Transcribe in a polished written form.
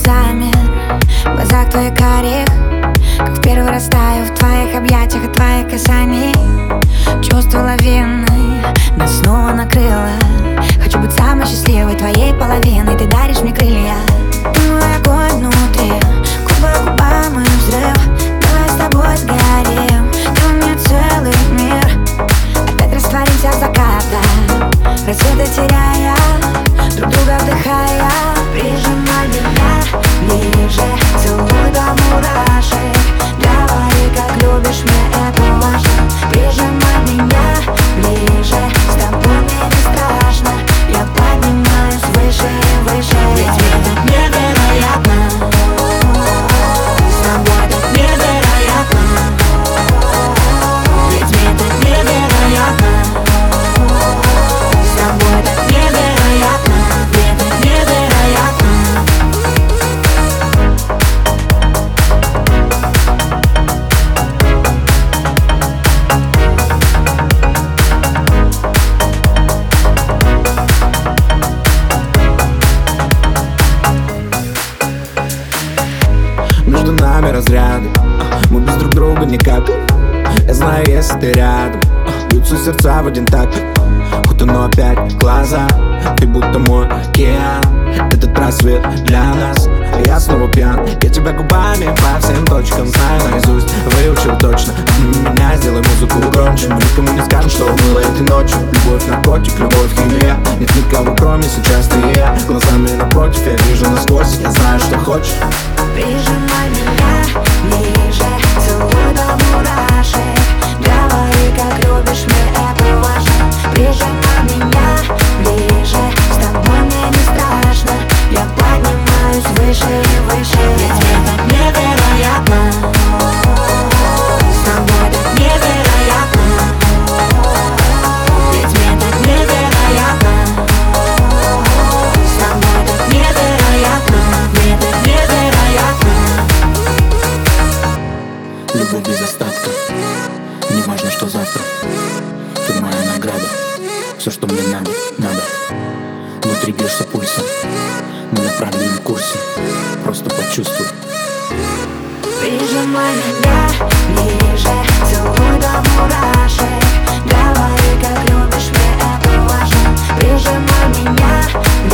замер в глазах твоих карих, как в первый раз таю в твоих объятиях и твоих касаний. Чувство лавиной нас снова накрыло. Хочу быть самой счастливой твоей половиной. Ты даришь мне крылья. Ты мой огонь внутри, губа к губам и взрыв. Давай с тобой сгорим, ты у меня целый мир. Опять растворимся в заката, рассветы теряя, друг друга вдыхая. Прижимай меня ближе, целуй до мурашек. Говори, как любишь, мне это важно. Прижимай меня ближе, с тобой мне не страшно. Я поднимаюсь выше и выше. Ведь мне так невероятно, с тобой так невероятно. Ведь мне так невероятно, с тобой так невероятно. Мне так невероятно. Между нами разряды, мы без друг друга никак. Я знаю, если ты рядом, бьются сердца в один такт. Утону опять глаза, ты будто мой океан. Этот рассвет для нас, я снова пьян. Я тебя губами по всем точкам знаю наизусть, выучил точно. Обними меня, сделай музыку громче. Мы никому не скажем, что было этой ночью. Любовь, наркотик, любовь, химия. Нет никого, кроме сейчас ты и я. Глазами напротив, я вижу насквозь. Я знаю, что хочешь. Прижимай меня ближе, целуй до мурашек. Говори, как любишь, мне это важно. Прижимай меня ближе, с тобой мне не страшно. Я поднимаюсь выше и выше. Ведь мне так невероятно, с тобой так невероятно. Ведь мне так невероятно, с тобой так невероятно. Мне так невероятно. Любовь без остатка, не важно, что завтра. Ты моя награда, все, что мне надо. Внутри бьешься пульсом, мы на правильном курсе. Просто почувствуй. Прижимай меня ближе, целуй до мурашек. Говори, как любишь, мне это важно. Прижимай меня